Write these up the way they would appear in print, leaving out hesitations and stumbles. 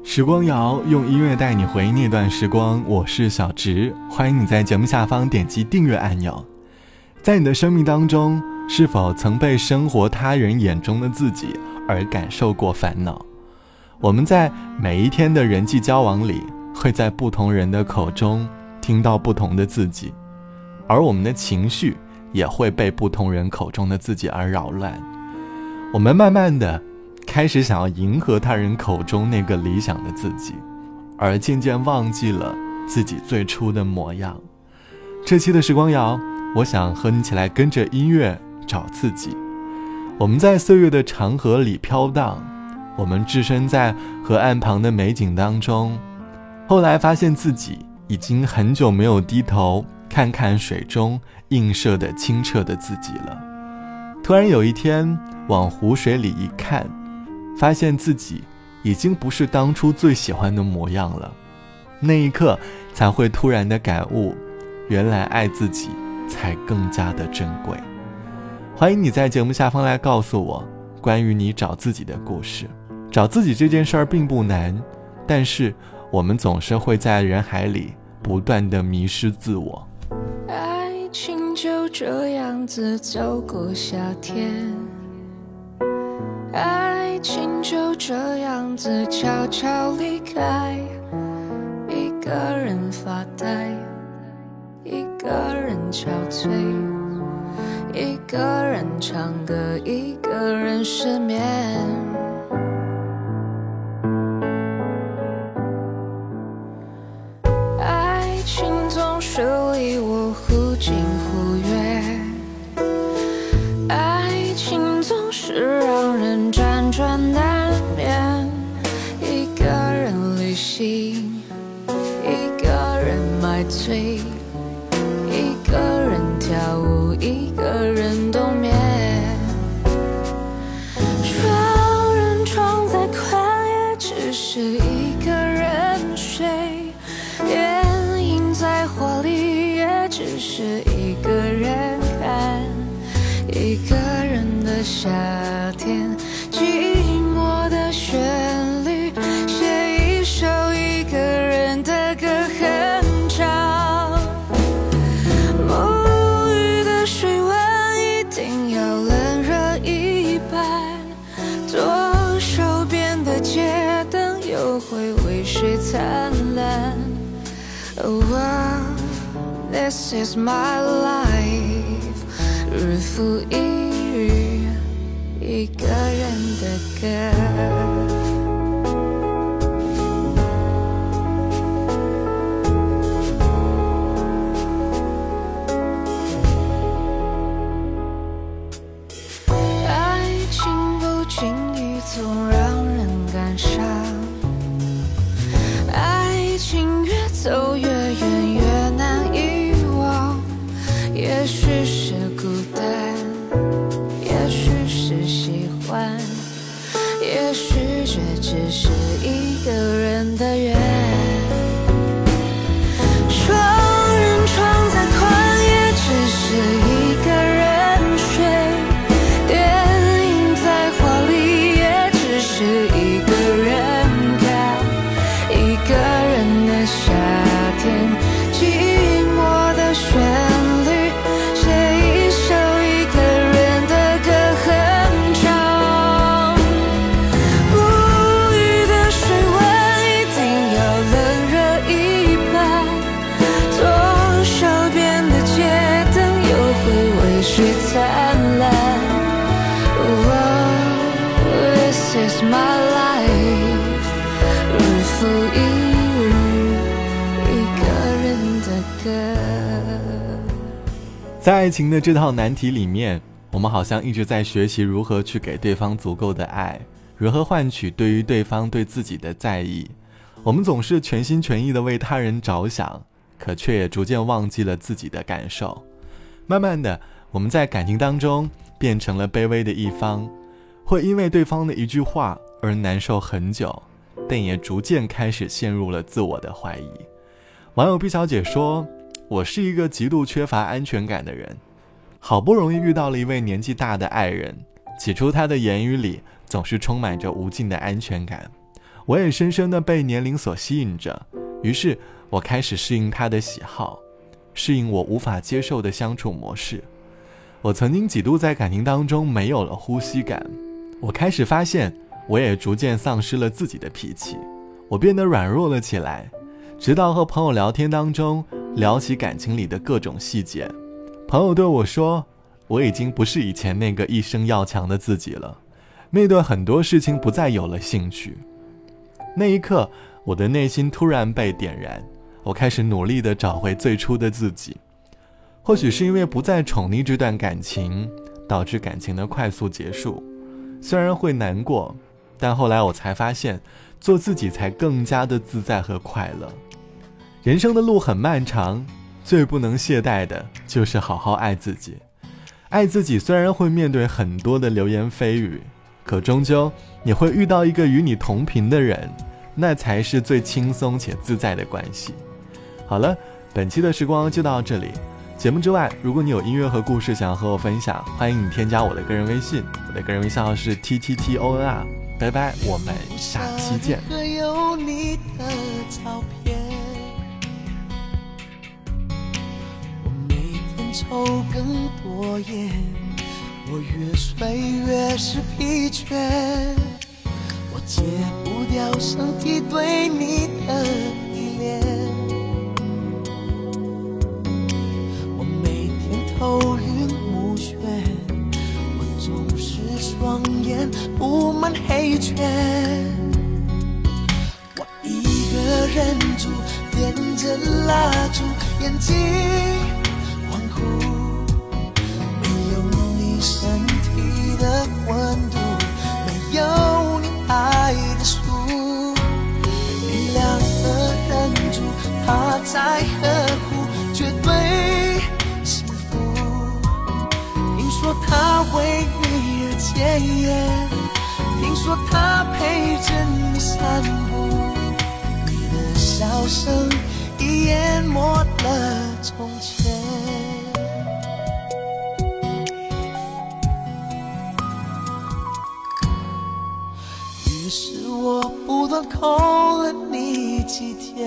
时光谣用音乐带你回忆那段时光，我是小植，欢迎你在节目下方点击订阅按钮。在你的生命当中，是否曾被生活他人眼中的自己而感受过烦恼？我们在每一天的人际交往里，会在不同人的口中听到不同的自己，而我们的情绪也会被不同人口中的自己而扰乱。我们慢慢的开始想要迎合他人口中那个理想的自己，而渐渐忘记了自己最初的模样。这期的时光谣，我想和你一起来跟着音乐找自己。我们在岁月的长河里飘荡，我们置身在河岸旁的美景当中，后来发现自己已经很久没有低头看看水中映射的清澈的自己了。突然有一天往湖水里一看，发现自己已经不是当初最喜欢的模样了。那一刻才会突然的感悟，原来爱自己才更加的珍贵。欢迎你在节目下方来告诉我关于你找自己的故事。找自己这件事儿并不难，但是我们总是会在人海里不断的迷失自我。 爱情就这样子走过夏天，爱情就这样子悄悄离开，一个人发呆，一个人憔悴，一个人唱歌，一个人失眠。爱情总是离我忽近忽远，爱情总是让人辗转难眠，一个人旅行，一个人买醉，一个人跳舞，一个人冬眠。双人床在旷野，只是一个人睡，电影在华丽，也只是一个人看，一个人的夏天，寂寞的旋律，写一首一个人的歌很长。沐浴的水温一定要冷热一半，左手边的街灯又会为谁灿烂。Oh, this is my life， 日复一日，一个人的歌。总让人感伤，爱情越走越远，越难遗忘。也许是孤单，也许是喜欢，也许这只是一个人的缘。双人床在旷野，只是一个人睡，电影在华丽，是一个人看，一个人的夏天，寂寞的旋律，写一首一个人的歌很长。沐浴的水温一定要冷热一半，左手边的街灯又会为谁灿烂。This is my life， 日复一日，一个人的歌。 在爱情的这套难题里面，我们好像一直在学习如何去给对方足够的爱，如何换取对于对方对自己的在意。我们总是全心全意地为他人着想，可却也逐渐忘记了自己的感受。慢慢的，我们在感情当中变成了卑微的一方，会因为对方的一句话而难受很久，但也逐渐开始陷入了自我的怀疑。网友毕小姐说，我是一个极度缺乏安全感的人，好不容易遇到了一位年纪大的爱人，起初他的言语里总是充满着无尽的安全感。 我也深深地被年龄所吸引着，于是我开始适应他的喜好，适应我无法接受的相处模式。我曾经几度在感情当中没有了呼吸感，我开始发现我也逐渐丧失了自己的脾气，我变得软弱了起来，直到和朋友聊天当中聊起感情里的各种细节，朋友对我说，我已经不是以前那个一生要强的自己了，面对很多事情不再有了兴趣。那一刻，我的内心突然被点燃，我开始努力地找回最初的自己。或许是因为不再宠溺这段感情，导致感情的快速结束，虽然会难过，但后来我才发现，做自己才更加的自在和快乐。人生的路很漫长，最不能懈怠的就是好好爱自己。爱自己虽然会面对很多的流言蜚语，可终究你会遇到一个与你同频的人，那才是最轻松且自在的关系。好了，本期的时光就到这里。节目之外，如果你有音乐和故事想要和我分享，欢迎你添加我的个人微信，我的个人微信号是 TTTONR。拜拜，我们下期见。 有你的照片，我每天抽更多烟，我越睡越是疲倦，我戒不掉身体对你的依恋，我每天头晕目眩，我总是双眼布满黑圈，我一个人住，点着蜡烛，眼睛恍惚，没有你身体的温度，没有你爱的书，你两个人住，他在呵护，绝对幸福。听说他为你而戒烟，听说他陪着你散步，你的笑声已淹没了从前。于是我不断扣了你几天，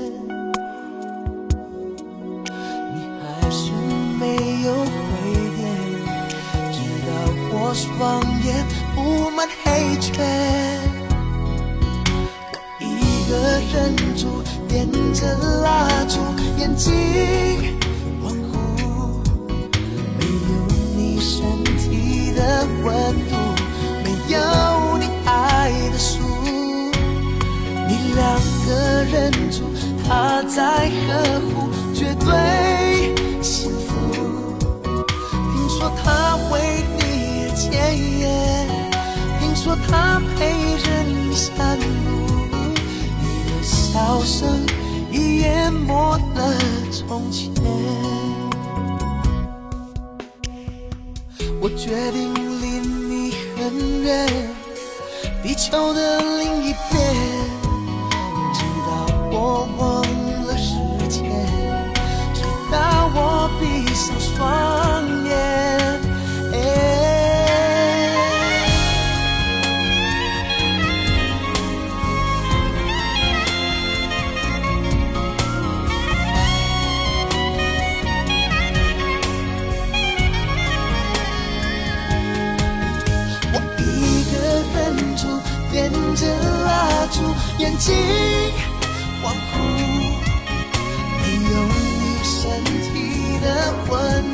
你还是没有回电，直到我双眼布满黑圈，我一个人住，点着蜡烛，眼睛恍惚，没有你身体的温度，没有你爱的书，你两个人住，他在呵护，绝对幸福。听说他为你而戒烟，听说他陪着你散步，你的笑声已淹没了从前。我决定离你很远，地球的另一边，直到我忘了时间，直到我闭上双眼。我一个人住，点着蜡烛，眼睛恍惚，没有你身体的温